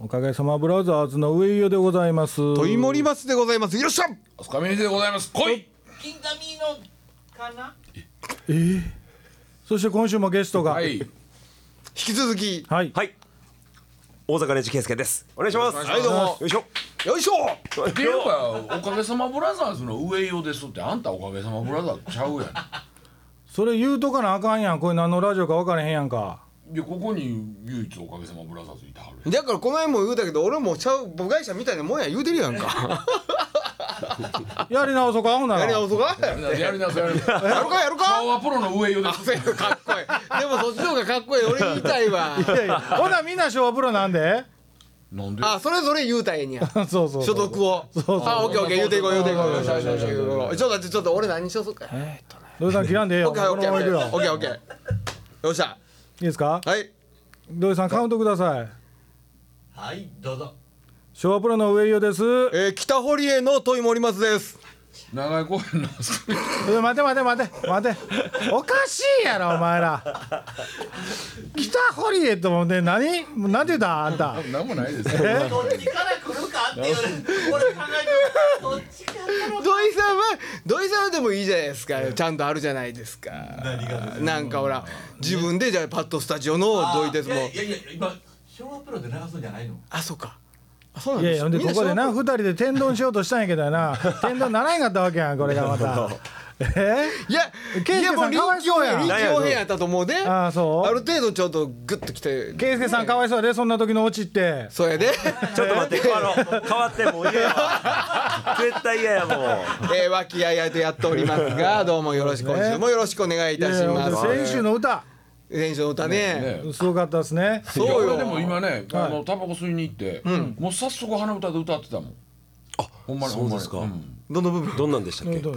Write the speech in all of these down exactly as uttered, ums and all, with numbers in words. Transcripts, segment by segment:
おかげさまブラザーズの上井代でございます。 問い森松でございます。よっしゃ。 スカミニでございます。来い。 金髪のかな。 えー、そして今週もゲストが、 はい。 引き続きはい、 はい。大阪根地圭介です。お願いします。 はいどうもよいしょ。 よいしょ。 っていうかおかげさまブラザーズの上用ですってあんたおかげさまブラザーズちゃうやん。 それ言うとかなあかんやん。これ何のラジオか分からへんやんか。 でここに唯一おかげさまブラザーズいたはる。 だからこの辺も言うたけど俺もちゃう部外者みたいなもんや言うてるやんか。 やり直そうかほんなら。 やり直そうか。 やりなさいやりなさい。 やるかやるか。 顔はプロの上用です。 かっこいい。でもそっちの方がかっこいい。俺言いたいわ。 いやいや、ほなみんな昭和プロなんで。 なんで。 あ、それぞれ言うたらええんや。 そうそうそう。 所得を。 そうそう。 あ、オッケーオッケー言うていこう言うていこう。よしよしよし。ちょっと待ってちょっと俺何しようか。えーっとね。 土井さん切らんでええよ。 オッケーオッケーオッケーこのまま行くよ。 オッケーオッケー。よっしゃ。 いいですか。 はい。 土井さんカウントください。 はいどうぞ。 昭和プロの上井代です。 えー、北堀江の問い森松です。 長い公園の。 え待て待て待て待て。おかしいやろお前ら。北堀江ともね何なんて言うたあんた。 なんもないですよ。 えどっちから来るかっていう俺考えてどっちから来るか。 土井さんは土井さんはでもいいじゃないですか。ちゃんとあるじゃないですか。 何がですか。 なんかほら自分でじゃあパッドスタジオの土井ですもん。 いやいや今昭和プロで流すんじゃないの。 あ、そうか。あ、そうなんいやいです。 やほんでここでな二人で天丼しようとしたんやけどやな。天丼ならへんかったわけやんこれがまた。えいや、 圭介さんかわいそうやん臨機応変やったと思うで。 ああそうある程度ちょっとグッときて。 圭介さんかわいそうやでそんな時のオチって。 そうやで。 ちょっと待って、あの変わってもう嫌やわ。絶対嫌やもう。 えー、和気あいあいとやっておりますが、どうもよろしく今週もよろしくお願いいたします。 先週の歌先週の歌ね。 ね。 すごかったですね。 そうよ。 俺でも今ねあのタバコ吸いに行ってもう早速鼻歌で歌ってたもん。あ、ほんまにそうですかほんまにどの部分？ どんなんでしたっけ。 どう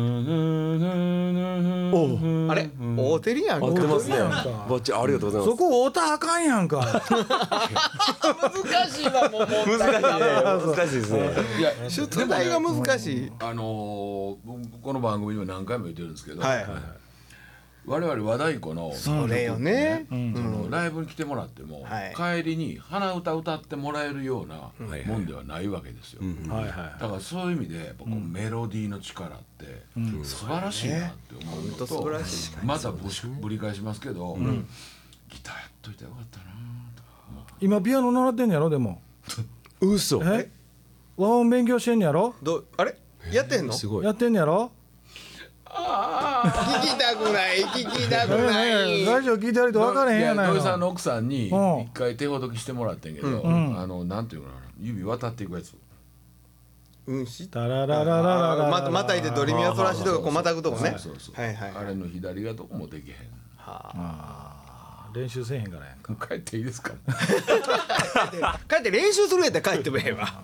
あれ？大照りやん。 合ってますね。 なんかバッチリありがとうございます。 そこ歌あかんやんか。 難しいわもう問難しいね。難しいですね。 いや出題が難しい。 あのーこの番組でも何回も言ってるんですけど、 はい。 我々和太鼓のそれよね。 そのライブに来てもらっても、 はい帰りに鼻歌歌ってもらえるようなもんではないわけですよ、 はいはい。 だからそういう意味でやっぱこうメロディーの力って素晴らしいなって思うのほんと素と、 晴らしいまたぶしぶり返しますけど、ギターやっといてよかったなとか思う。 今ピアノ習ってんやろでも。 嘘。 え和音勉強してんやろ。 どあれ？やってんの？ すごい。 やってんやろ。 聞きたくない聞きたくない。 ラジオ聞いてると分からへんやない土井さんの。 の奥さんにうん一回手ほどきしてもらってんけど、 んあのなんていうのかな、指渡っていくやつ。 うんし。 タララララララ。 またまたいでドリミアソラシドがこうまたぐとこね。 そうそうそう、 はいはいあれの左がどこもできへん。 練習せえへんからやんか。 帰っていいですか。 帰って練習するやったら帰ってもええわ。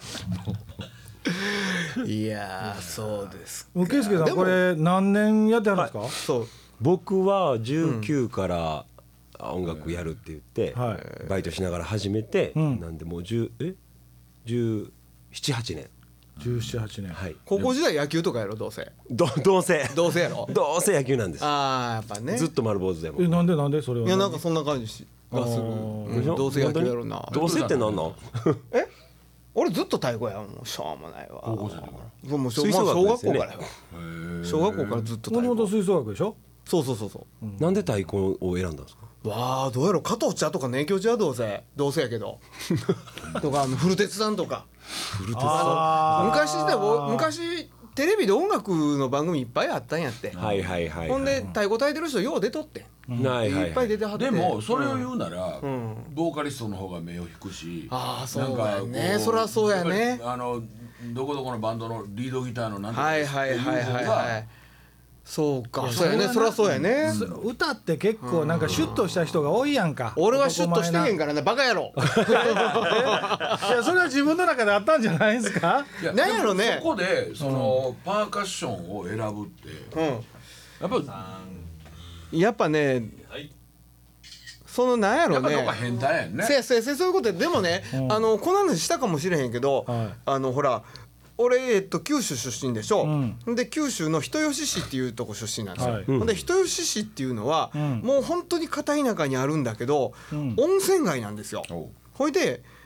いやーそうですか。 圭介さでもんこれ何年やってはるんですか。 そう僕はじゅうきゅうから音楽やるって言ってはいバイトしながら始めて、 んなんでもうじゅうえじゅうなな、はちねん。 じゅうなな、はちねん。 はい。 高校時代野球とかやろどうせ。 どどうせどうせやろ。 どうせ野球なんです。 ああやっぱね。 ずっと丸坊主でも。 えなんでなんでそれは。 いやなんかそんな感じしがする。うんどうせ野球やろうな。 どうせってなんなん？ え？俺ずっと太鼓やもんしょうもないわ。 高校生だから。 そうもう小吹奏楽小ですよね学校からやわ。小学校からずっと太鼓。 もともと吹奏楽でしょ。 そうそうそうそう。 なんで太鼓を選んだんですか？ わあどうやろ加藤茶とかね影響茶どうせどうせやけどとかあの古鉄さんとか古手あ昔でも昔テレビで音楽の番組いっぱいあったんやって、 はいはいはい。 ほんで太鼓叩いてる人よう出とってん、 はいはいいっぱい出てはってでもそれを言うなら、 んボーカリストの方が目を引くし、 あーそうなんかやねこそらそうやねやっぱりあのどこどこのバンドのリードギターのなんとかはいですってはいはいはいいう方はがいそうかそうやねそらそうやね、 歌って結構なんかシュッとした人が多いやんか。 俺はシュッとしてへんかからねバカ野郎いやそれは自分の中であったんじゃないですか。 いやなんやろねでもそこでその、パーカッションを選ぶってうんやっぱりやっぱねはいそのなんややろねっぱどっか変態やんね。 せやせやせやそういうことででもね、 うんあのこの話したかもしれへんけど、 はいあのほら俺、えっと、九州出身でしょ、 うんで九州の人吉市っていうとこ出身なんですよ、 はいほんで人吉市っていうのは、 うんもう本当に片田舎にあるんだけど、 うん温泉街なんですよ。 おうほいで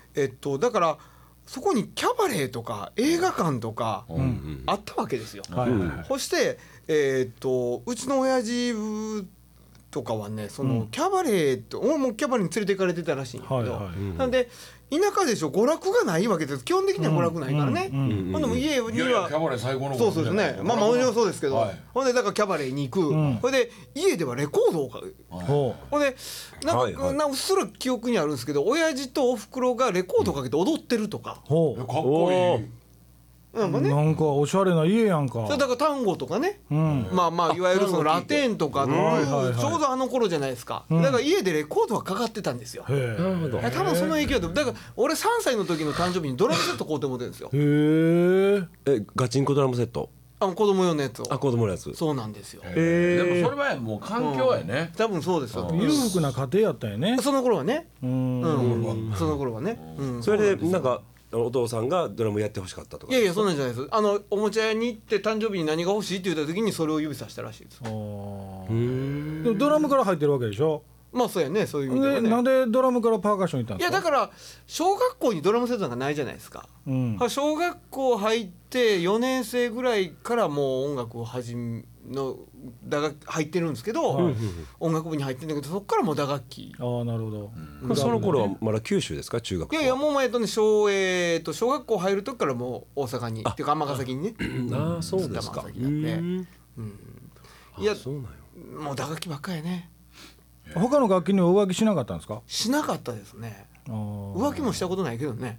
えっとだからそこにキャバレーとか映画館とかうんあったわけですよ。 はいはいはいそしてえっとうちの親父とかはねそのキャバレーと、もうキャバレーに連れて行かれてたらしいんやけど、 はいはいなんで田舎でしょ娯楽がないわけです基本的には娯楽ないからね、 うんうんほんでも家いやにいやはキャバレー最高のそうそうですねまあまあもちろんそうですけど、 はいほんでだからキャバレーに行く、 んほんで家ではレコードを買うほほんでなんか、 はいはいなんかうっすら記憶にあるんですけど親父とおふくろがレコードかけて踊ってるとか、 うほかっこいいなんかね、 うなんかおしゃれな家やんかそれだから単語とかね、 うんまあまあいわゆるそのラテンとかの、 はいはいはいちょうどあの頃じゃないですか、 んだから家でレコードはかかってたんですよ。 へえなるほど。 多分その影響でだから俺さんさいの時の誕生日にドラムセット買うてもてるんですよ。 へええガチンコドラムセット。 あの子供用のやつを。 あ子供のやつ。 そうなんですよ。 でもそれはもう環境やね多分そうですよ。 裕福な家庭やったんやねその頃はね、 うんうん、その頃はね、うん、 それでなんかお父さんがドラムやってほしかったとか。 いやいやそんなんじゃないです。あのおもちゃ屋に行って誕生日に何が欲しいって言った時にそれを指さしたらしいです。 あーうーん。 でもドラムから入ってるわけでしょまあそうやねそういう意味ではね。 でなんでドラムからパーカッション行ったんですかいやだから小学校にドラムセットなんかないじゃないですか。 うん小学校入ってよねん生ぐらいからもう音楽を始めの打楽入ってるんですけど、 はい音楽部に入ってるんだけどそこからもう打楽器。 ああなるほどうんその頃はまだ九州ですか中学校は。 いやいやもうえっとね小えーと小学校入る時からもう大阪にっていうか尼崎にね。 ああそうですか。 尼崎なんでうーんいやあそうなんよ。 もう打楽器ばっかりね。 他の楽器には浮気しなかったんですかしなかったですね。 あー浮気もしたことないけどね。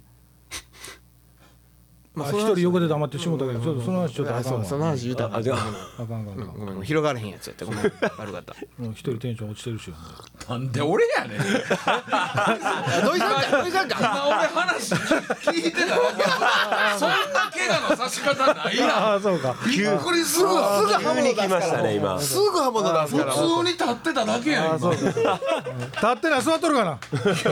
あその話一人横で黙ってしもたけどちょっとその話ちょっとあかんわそうその話言うたらあじゃああかんあかんあかんごめんごめん広がらへんやつやったごめん悪かった。 うん一人テンション落ちてるしなんで俺やねん土井さんか土井さんか。 今俺話聞いてただけそんな怪我のさし方ないやんああそうかびっくりするわすぐ刃物出す来ましたね今。 すぐ刃物出すから。 普通に立ってただけやん今びっ立ってない座っとるかな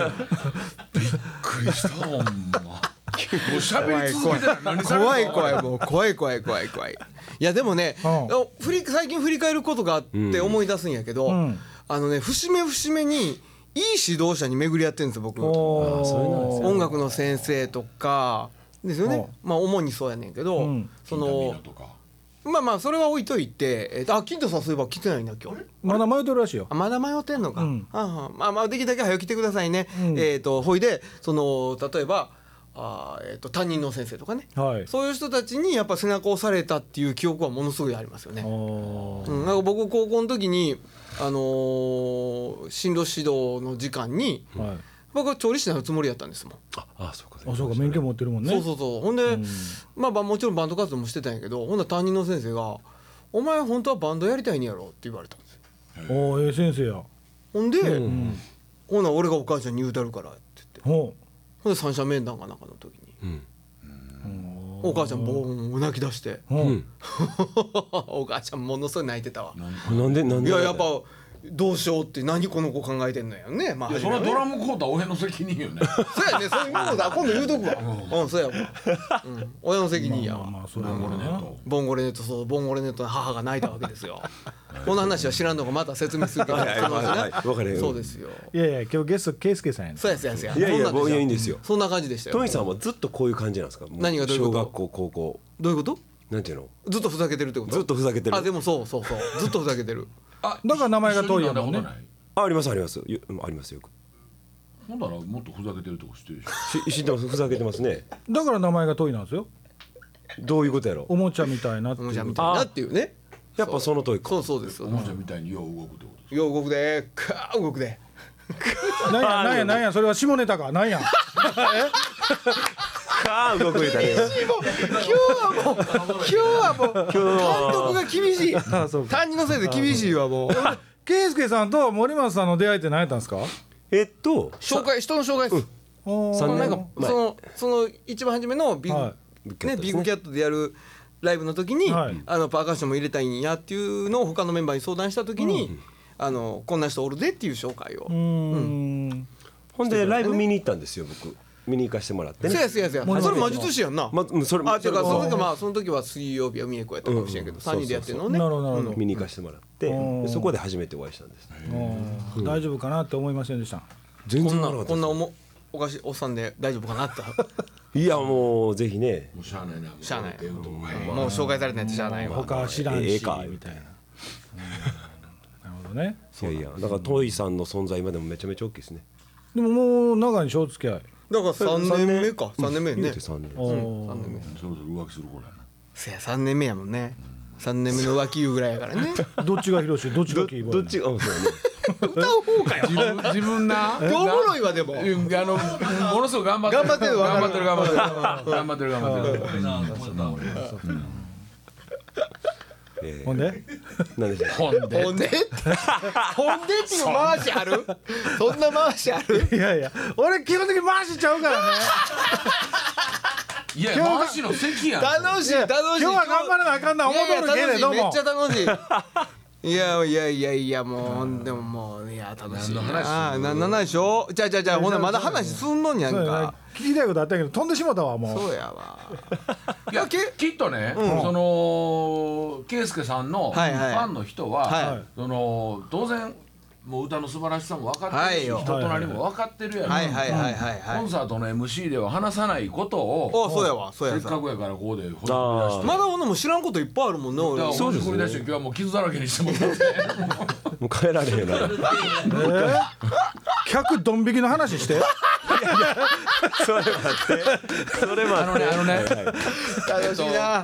くりしたほんまもう喋り続けてる何され怖いる怖いもう怖い怖い怖い怖い。いやでもね、 うん振り最近振り返ることがあって思い出すんやけど、 うんあのね節目節目にいい指導者に巡り合ってるんですよ僕。 おーそういうのなんです音楽の先生とかですよね。まあ主にそうやねんけど、 うんそ金田美の奈とかまあまあそれは置いといて、えーとあ金田さんそういえば来てないな今日。 まだ迷ってるらしいよあまだ迷ってんのか、 うんはんはんまあまあできるだけ早く来てくださいね、 うんえー、とほいでその例えばあ、えー、と担任の先生とかね、 はいそういう人たちにやっぱ背中を押されたっていう記憶はものすごいありますよね。 おーうん、なんか僕高校の時に、あのー進路指導の時間にはい僕は調理師になるつもりだったんですもん。 ああそうか。 あそうか免許持ってるもんねそうそうそうほんで、 うんまあまあもちろんバンド活動もしてたんやけどほんなら担任の先生が「お前本当はバンドやりたいんやろ」って言われたんですよ。 おーええ先生やほんで、 うんほんなら俺がお母ちゃんに言うたるからって言ってほほんで三者面談かなんかの時にうんうお母ちゃんボーン泣き出してほううん。 お母ちゃんものすごい泣いてたわ。 なんでなんで。 いややっぱどうしようって何この子考えてんのやね。まあいやそれはドラムコードは親の責任よねそうやねそういうものだ今度言うとくわ。うんそうやわ。うん親の責任やわ。 まあまあそうやなボンゴレネットそうボンゴレネットの母が泣いたわけですよ。この話は知らんのがまた説明するけどはいはいはいはいわかるよそうですよ。 いやいや今日ゲストケイスケさんやねそうやそうやそうや。 いやいやもうそんなんでしたいいんですよ。 そんな感じでしたよ。 トミさんはずっとこういう感じなんですか。も何がどういうこと小学校高校どういうこと？ なんていうの。 ずっとふざけてるってこと？ ずっとふざけてるあでもそうそうそうずっとふざけてる。 あだから名前が遠いやもんね一緒になったことないあありますありますよありますよく。 ほんならもっとふざけてるとこ知ってるでしょし知ってますふざけてますね。 だから名前が遠いなんですよどういうことやろおもちゃみたいなっていうおもちゃみたいなっていうね。 やっぱその通りか。 そうそうですよ。 おもちゃみたいによう動くってことですよう動くでかー動くで。 なんやなんやなんやそれは下ネタかなんやああ動くみたいな。 今日はもう今日はもう監督が厳しい。 あそうか担任の先生厳しいわもう。 ケイスケさんと森松さんの出会いって何やったんですかえっと紹介人の紹介です。 おー三年なんかそのその一番初めのビッグ、 はねビッグキャットでやるライブの時に、 はいあのパーカッションも入れたいんやっていうのを他のメンバーに相談した時に、あのこんな人おるでっていう紹介を。 うーんほんでライブ見に行ったんですよ僕。見に行かしてもらってね。 せやせやせや。それ魔術師やんな。 まうんそれあっていうかそれその時はまあその時は水曜日は三重子やったかもしれんけど、 うん三人でやってるのね。 なるほどなるほど見に行かしてもらってうんでそこで初めてお会いしたんです。 おー大丈夫かなって思いませんでした全こんな然なかったですこんなおもおかしいおっさんで大丈夫かなっていやもうぜひねもうしゃあないなもうしゃあないっていうとこがもう紹介されたやつじゃないわ他知らんしええかみたいな、うんなるほどね。 いやいやだからトイさんの存在今でもめちゃめちゃ大きいですねでももう長いに小付き合い。 だからさんねんめかさんねんめね言うてさんねんおーさんねんめそろそろ浮気する頃やなせやさんねんめやもんねさんねんめの浮気湯ぐらいやからねどっちが広しどっちがキーボード。 どっちがあそうね歌う方かよ自分自分なおもろいわでもうんあのものすごく頑張ってる頑張ってるわ頑張ってる頑張ってる頑張ってる頑張ってるこれなこれなえほんで何でしたほんでほんでほんでっていう回しあるそんな回しあるいやいや俺基本的に回しちゃうからね。 いや回しの席やん楽しい楽しい今日は頑張らなあかんな思うとるけれども。 いやいや楽しいめっちゃ楽しいいやいやいやいやもうでももういや楽しい何の話ああななんなんでしょじゃあじゃあじゃあほんならまだ話すんのにやんそうやかね聞きたいことあったけど飛んでしまったわもう。 そうやわいやききっとね、その圭介さんのフはいはいァンの人は、 はいその当然もう歌の素晴らしさも分かってるし、 はいよ人となりも分かってるやろ、 はいはいはいはいはいコンサートの エムシー では話さないことをおそうやわそうせっやさかくやからここでほじくり出あしてまだほんなもん知らんこといっぱいあるもんね俺だからほじくり出して今日はもう傷だらけにしてもらってもう帰られへんなえー客ドン引きの話して。 それ待ってそれあの待ってねあのね、 楽しいな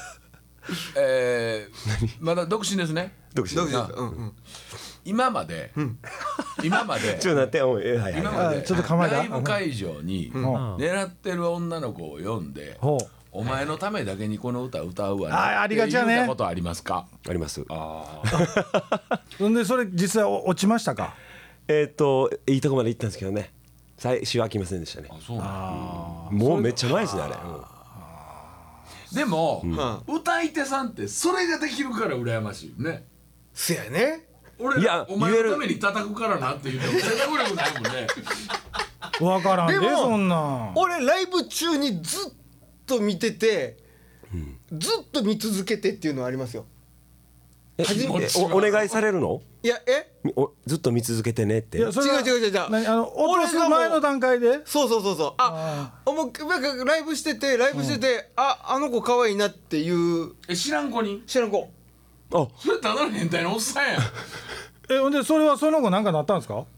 えー、まだ独身ですね独身どうしよなううんうん今まで、今までちょっと待っておいえはいはい今まであちょっと構えたライブ会場にん狙ってる女の子を呼んで、 ほう。 お前のためだけにこの歌歌うわねあありがちやねって言ったことありますか？ ありますあほんでそれ実際落ちましたか。 えっといいとこまで行ったんですけどね最終は飽きませんでしたねあそうなんもうめっちゃ前ですねあれでも、 う歌い手さんってそれができるから羨ましいよね。 せやね俺いやお前言えるのために叩くからなって言っても説得力ないもんね。 わからんででもそんなん。 俺ライブ中にずっと見ててずっと見続けてっていうのはありますよえ気持ちはおお願いされるのいやえみおずっと見続けてねっていやそれは違う違う違う違う何あの落とす前の段階で。 そうそうそうそうあもうなんかライブしててライブしてて、ああの子可愛いなっていうえ知らん子に知らん子あそれただの変態のおっさんやん。 えほんでそれはその後なんかなったんですか。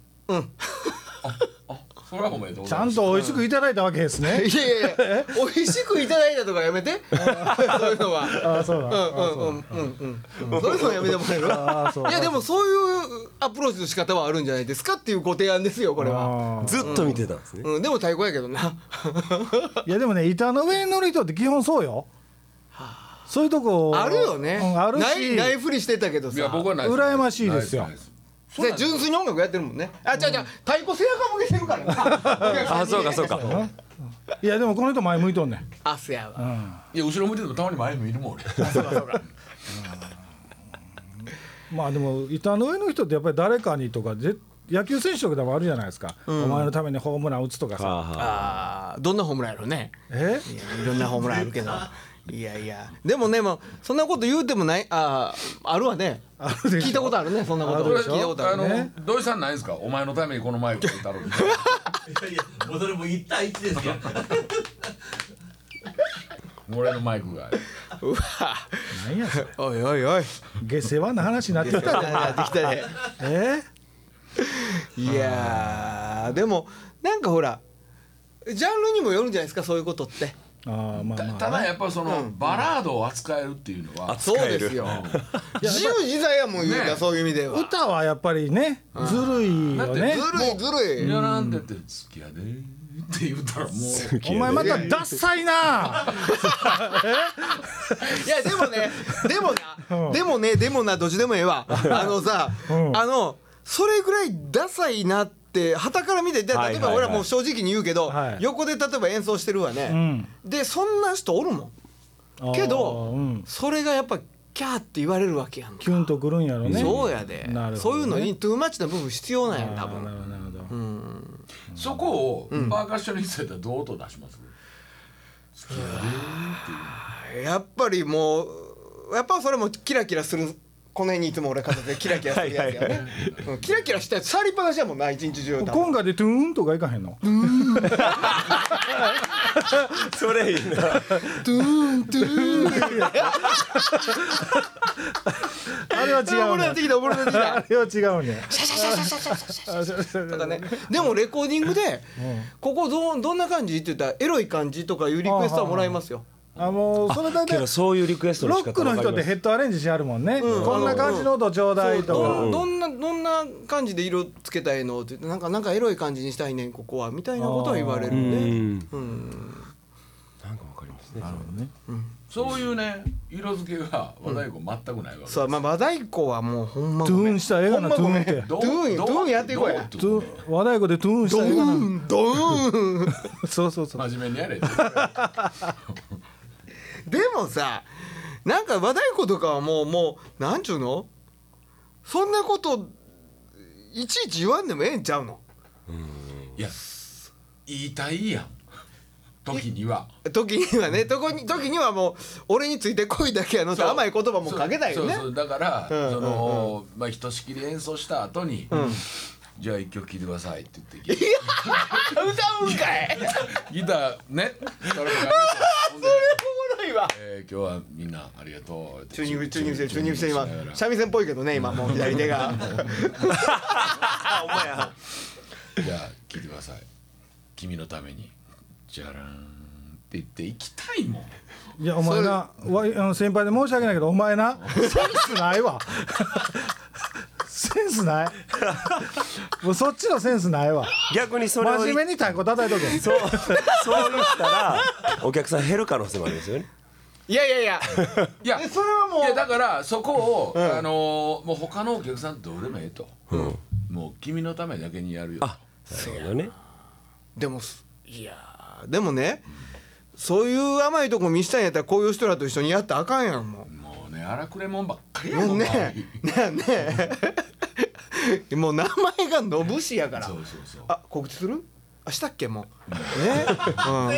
それはおめでとうごちゃんざいます。 と美味しくいただいたわけですね。 いやいやいや美味しくいただいたとかやめてそういうのはああそうだ。 うんうんうんうんうんそういうのはやめてもらえるああそういやでもそういうアプローチの仕方はあるんじゃないですかっていうご提案ですよこれはあーずっと見てたんですねうんでも太鼓やけどないやでもね板の上に乗る人って基本そうよ。そういうとこあるよねうんあるないしないふりしてたけどいやさ僕はないです羨ましいですよないないそうなんですで純粋に音楽やってるもんねあじゃあじゃあ太鼓背中向けてるからなお客さんにあそうかそうかいやでもこの人前向いとんねん。 あせやわいや後ろ向いててもたまに前見るもん俺。 まあでも板の上の人ってやっぱり誰かにとかぜ野球選手とかでもあるじゃないですか、お前のためにホームラン打つとかさ。 はあはああーどんなホームランやろねえいやいろんなホームランあるけどいやいやでもねもうそんなこと言うてもないあーあるわねあるでしょ聞いたことあるねそんなことあるでしょ聞いたことああのるね土井さんないんですか？お前のためにこのマイクを歌ろうみたいな。 いやいやもうそれも一対一ですよ俺のマイクが。 うわ何やそれおいおいおい下世話な話になってきたね。 なってきたねえいやーでもなんかほらジャンルにもよるんじゃないですかそういうことってああまあたまあただやっぱそのバラードを扱えるっていうのはそうですよ自由自在やもん言うたらねそういう意味では歌はやっぱりねずるいよね。 ずるいずるいやらんでって好きやでって言ったらもうお前またダッサいな。 いやでもねでもうんなでもねでもなどっちでもええわあのさうんあのそれぐらいダサいなって旗から見てで例えばはいはいはい俺はもう正直に言うけどはい横で例えば演奏してるわねでそんな人おるもんけどあーうんそれがやっぱキャーって言われるわけやんかキュンとくるんやろね。 そうやでなるほどねそういうのにトゥーマッチな部分必要なんや多あーなるほ分どなるほど。 そこをパーカッショニストやったらどう音出します？好きやでっていう。 やっぱりもうやっぱそれもキラキラするこの辺にいつも俺片手キラキラするやつやねうんキラキラしたやつ触りっぱなしやもんな一日中多分今回でトゥーンとかいかへんのそれいいな。 トゥーントゥーンあれは違うねおもろなってきたおもろなってきたあれは違うねとかね、でもレコーディングでここどうどんな感じって言ったらエロい感じとかいうリクエストはもらいますよ。 あもうそれだけけどそういうリクエストの仕ロックの方わかります。 人ってヘッドアレンジしてあるもんね、 うんこんな感じの音ちょうだいとか、 どどんなどんな感じで色つけたいのって言ってなんかなんかエロい感じにしたいねんここはみたいなことは言われるうんね。 ん。 うんなんかわかりますね。 なるほどねそういうね色付けが和太鼓全くないわけ。 そうまあ和太鼓はもうほんまトゥごめんーンしたらええがなほんまごめんトゥーンってどうトゥーンどうトゥーンやっていこうやどトゥーン和太鼓でトゥーンしたドらええがなーンドーンそうそうそう真面目にやれ。 でもさなんか和太鼓とかはもうもうなんちゅうのそんなこといちいち言わんでもええんちゃうのいや言いたいやん。時には。 時にはね時に時にはもう俺についてこいだけやのって甘い言葉もかけたいよねそうそうだから、 うんその、まあひとしきり演奏した後に、じゃあ一曲聴いてくださいって言って歌うんかいギターねそれもかけてほんでおもろいわえー今日はみんなありがとうってチューニングチューニングしてるチューニングしてる今チューニングしながら三味線っぽいけどね今もう左手があ、お前や。 じゃあ聴いてください君のためにじゃらんって言って行きたいもん。 いやお前なわあの先輩で申し訳ないけどお前なセンスないわセンスないもうそっちのセンスないわ逆にそれを真面目に太鼓叩いとけそうそう言ったらお客さん減る可能性もありますよね。 いやいやいやいやえそれはもういやだからそこを、あのーもう他のお客さんどうでもええと、もう君のためだけにやるよ。 あ、なるほどね。 でもいやーでもねそういう甘いとこ見したんやったらこういう人らと一緒にやったらあかんやんもうもうね荒くれもんばっかりやもんね周えりねえねえもう名前がのぶしやからそうそうそう。 あ告知するあしたっけもうねうん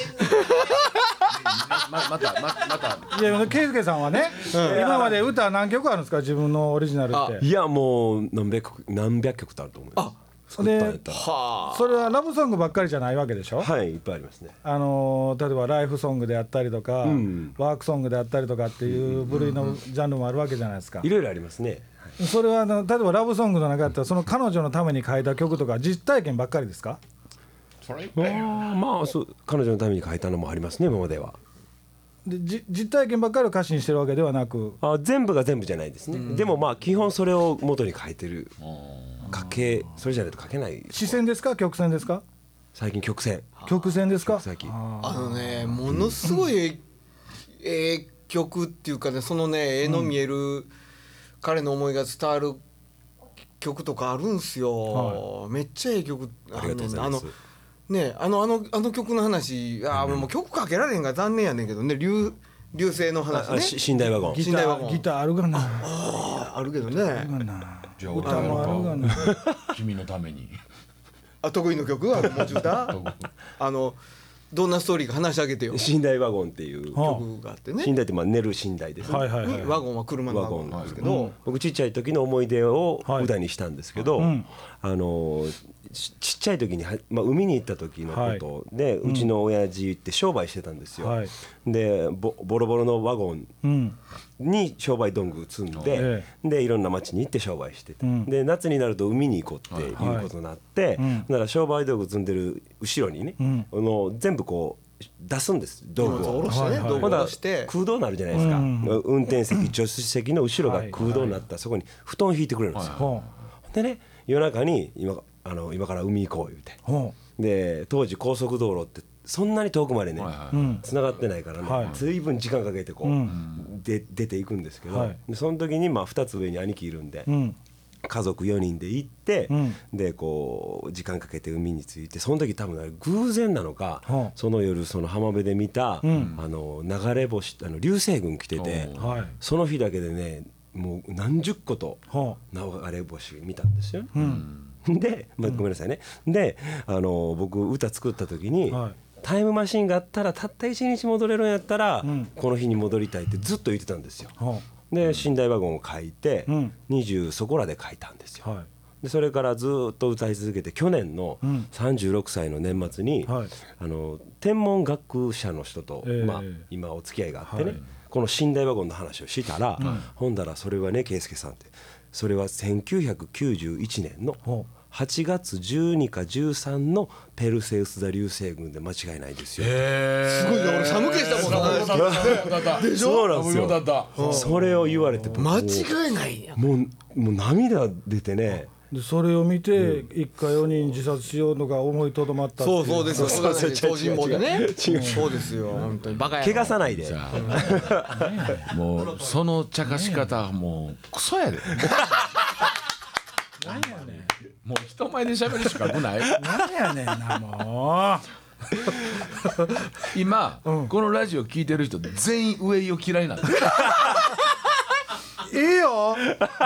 ままたままたいや圭介さんはね、今まで歌何曲あるんですか自分のオリジナルっていやもう何百曲何百曲とあると思います。作ったんやったらはあそれはラブソングばっかりじゃないわけでしょ、 はい、いっぱいありますね。 あのー例えばライフソングであったりとか、 んワークソングであったりとかっていう部類のジャンルもあるわけじゃないですか、 いろいろありますね。 それはあの例えばラブソングの中だったらその彼女のために書いた曲とか実体験ばっかりですか？ それあーまあそう彼女のために書いたのもありますね今までは。 でじ実体験ばっかりを歌詞にしてるわけではなく、 あ全部が全部じゃないですね。でもまあ基本それを元に書いてる書けそれじゃないと書けない。 詞線ですか曲線ですか？ 最近曲線曲線ですか？ 最近ああのねものすごいええ曲っていうかねそのね絵の見える彼の思いが伝わる曲とかあるんすよ、 はめっちゃええ曲ありがとうございます。 あのねあのあのあの曲の話あーもう曲かけられへんから残念やねんけどね流流星の話ねあし寝台ワゴンギタ寝台ワゴンーギターあるがなああるけどねあるがなじゃあ歌もあるがな君のためにあ得意の曲あの持ち歌あのどんなストーリーか話してあげてよ寝台ワゴンっていうは曲があってね寝台ってまあ寝る寝台ですね。 はいはいはいワゴンは車のワゴンなんですけど、 僕ちっちゃい時の思い出をはい歌にしたんですけど、 うんあのちちっちゃい時には、まあ、海に行った時のことで、うちの親父って商売してたんですよ、 はいでボボロボロのワゴンうんに商売道具積んで、 えでいろんな町に行って商売してて、 うんで夏になると海に行こうっていうことになって、 はいうんだから商売道具積んでる後ろにね、 うんあの全部こう出すんです道具を下ろ。してね、 はいはい道具まだ下ろして空洞になるじゃないですか、 うん運転席助手席の後ろが空洞になったらそこに布団を引いてくれるんですよ、 ほでね夜中に今あの今から海行こう言うてうほで当時高速道路ってそんなに遠くまでねはいはううん繋がってないからね、 はい随分時間かけてこう、 うんで出ていくんですけど、 はいでその時にまあふたつ上に兄貴いるんで、 うん家族よにんで行って、 うんでこう時間かけて海に着いてその時多分あれ偶然なのか、 はあその夜その浜辺で見た、 うんあの流れ星あの流星群来てて、 おはいその日だけでねもう何十個とほ流れ星見たんですよね。 ううんで、まあ、ごめんなさいね、であの僕歌作った時に、 はいタイムマシンがあったらたった一日戻れるんやったら、 うんこの日に戻りたいってずっと言ってたんですよ。 ほで寝台ワゴンを書いて、 うん、 にじゅうそこらで書いたんですよ、 はい、 でそれからずっと歌い続けて去年のさんじゅうろくさいの年末に、はい、あの天文学者の人と、えーまあ、今お付き合いがあってね、はい、この寝台ワゴンの話をしたら、うん、ほんだらそれはね圭介さんってそれはせんきゅうひゃくきゅうじゅういちねんのはちがつじゅうにかじゅうさんのペルセウス座流星群で間違いないですよ。 すごいね、俺寒気したもんな。 でしょ。そうなんですよ。それを言われて間違いないやん。 もうもう涙出てね。 でそれを見て一家よにん自殺しようのが思いとどまったっていう。 そうそうですよ。そうですよ。東尋坊でね。そうですよ。本当にバカや。 怪我さないで。 もうその茶化し方もうクソやで。 何やねん。 もう人前で喋る資格ない。 何やねんなもう。今、うん、このラジオ聞いてる人全員上井を嫌いなんだ。 いいよ。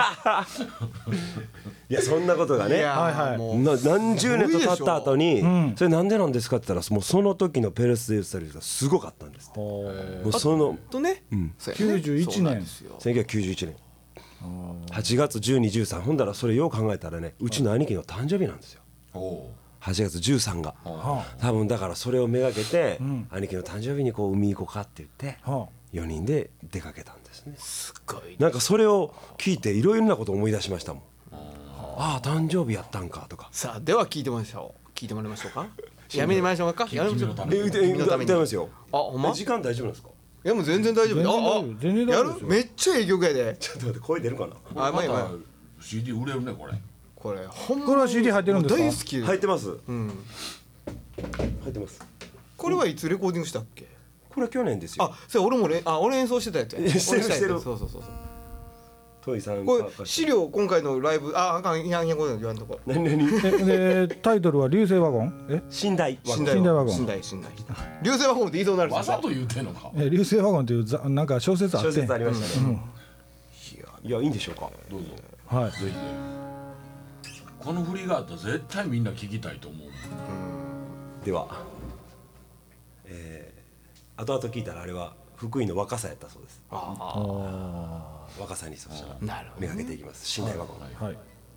いやそんなことがね、はいはい、な何十年と経った後に、うん、それなんでなんですかって言ったらもうその時のペルセウス座流星がすごかったんです。もうそのとね、 うん、きゅうじゅういちねんせんきゅうひゃくきゅうじゅういちねんはちがつじゅうに、じゅうさんほんだらそれよう考えたらねうちの兄貴の誕生日なんですよ。はちがつじゅうさんが多分だからそれをめがけて、うん、兄貴の誕生日にこう海行こうかって言ってよにんで出かけたんですね。 すごいね。 なんかそれを聞いていろいろなことを思い出しましたもん。ああ誕生日やったんかとか。 さあでは聞いてもらいましょう。聞いてもらいましょうか。やめてもらいましょうか。やめてもらいましょう。 君のために。歌いますよ。 あほんま。 時間大丈夫なんですか。 いやもう全然大丈夫。ああ全然大丈夫。やる？めっちゃええ曲やで。 ちょっと待って声出るかな。 あまあまあ。シーディー 売れるねこれ。 これほんま。 これは シーディー 入ってるんですか。 大好き。 入ってます。 うん。 入ってます。 これはいつレコーディングしたっけ。 これは去年ですよ。 あそれ俺もねあ俺演奏してたやつや。 してるしてる。 そうそうそうそう。 トイさんこれ資料今回のライブああかんひゃんひゃんごで言わんとこ。 何何。 でタイトルは流星ワゴン。え寝台。 寝台ワゴン。 寝台寝台。流星ワゴンって言いそうになる。 わざと言ってんのか。 え流星ワゴンっていうざなんか小説あって。 小説ありましたね。いやいいんでしょうか。 どうぞ。 はい。 ぜひ。この振りがあったら絶対みんな聞きたいと思う。 では、えー、後々聞いたらあれは福井の若さやったそうです。ああ。若さにそしたらめがけていきます。寝台ワゴン。 はい。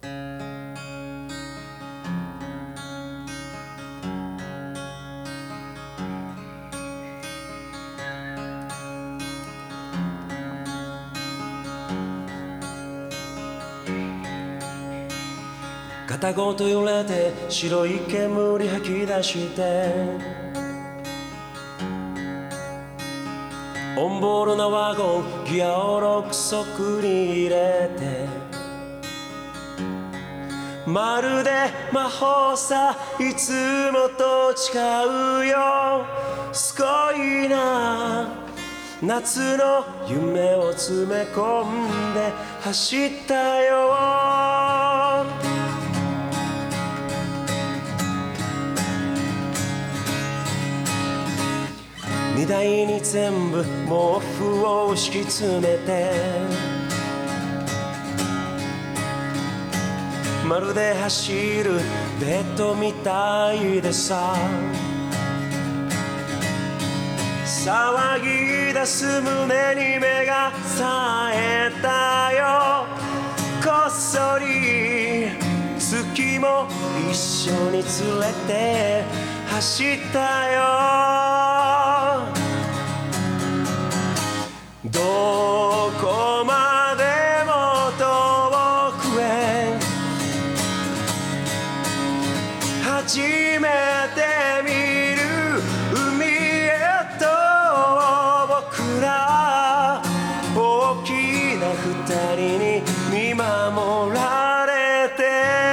片言揺れて白い煙吐き出してオンボロなワゴンギアをろく速に入れてまるで魔法さいつもと違うよすごいな夏の夢を詰め込んで走ったよ荷台に全部毛布を敷き詰めてまるで走るベッドみたいでさ騒ぎ出す胸に目が冴えたよこっそり月も一緒に連れて走ったよどこまでも遠くへ初めて見る海へと僕ら大きな二人に見守られて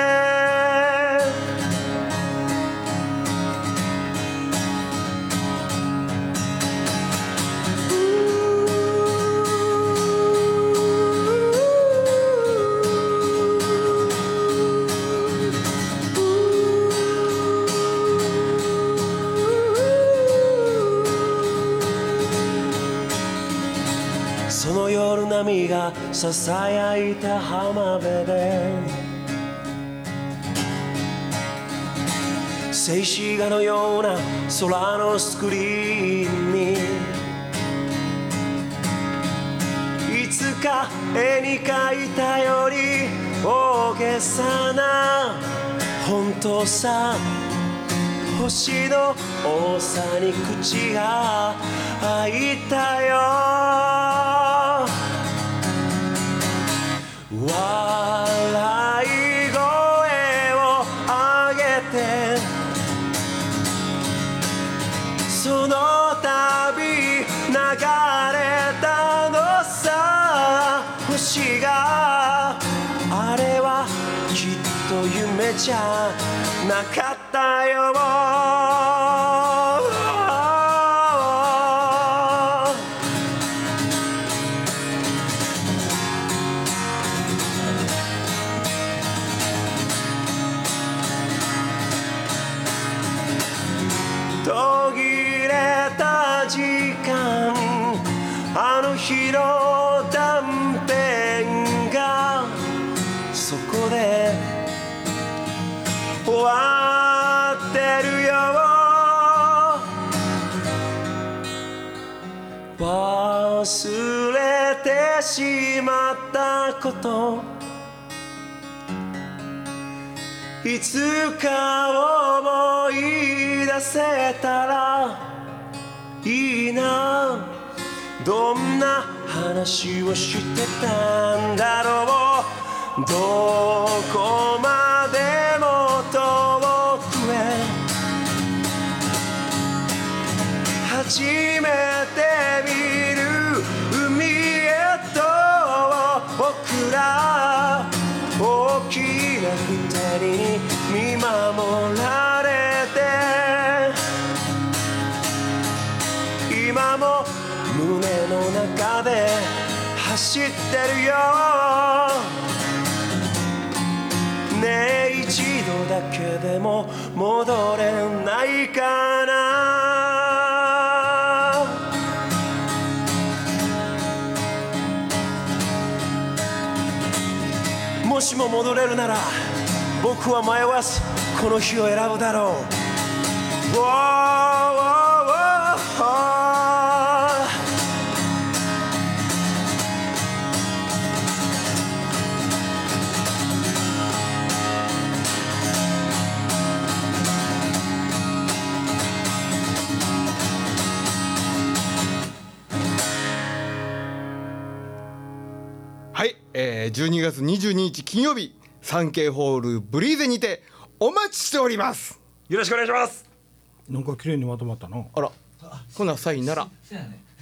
その夜波がささやいた浜辺で静止画のような空のスクリーンにいつか絵に描いたより大げさな本当さ星の多さに口が開いたよ笑い声を上げてその度流れたのさ星があれはきっと夢じゃなかったよ途切れた時間あの日の断片がそこで終わってるよ忘れてしまったこといつか思い出せたらいいなどんな話をしてたんだろうどこまでも遠くへ初めて見る海へと僕ら大きな二人に見守られて今も胸の中で走ってるよねえ一度だけでも戻れないかなもしも戻れるなら僕は迷わずこの日を選ぶだろう、おーおーおーはい、えー、じゅうにがつにじゅうににち金曜日 サンケー ホールブリーゼにてお待ちしております。 よろしくお願いします。 なんか綺麗にまとまったの。 あらこんなサインならせやね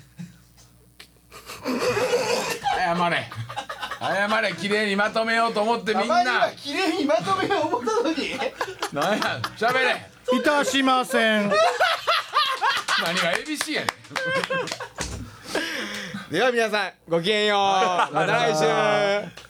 謝れ謝れ綺麗にまとめようと思ってみんな綺麗にまとめよう思ったのになんや喋れいたしません。 何が エービーシー やねんでは皆さんごきげんようまた来週。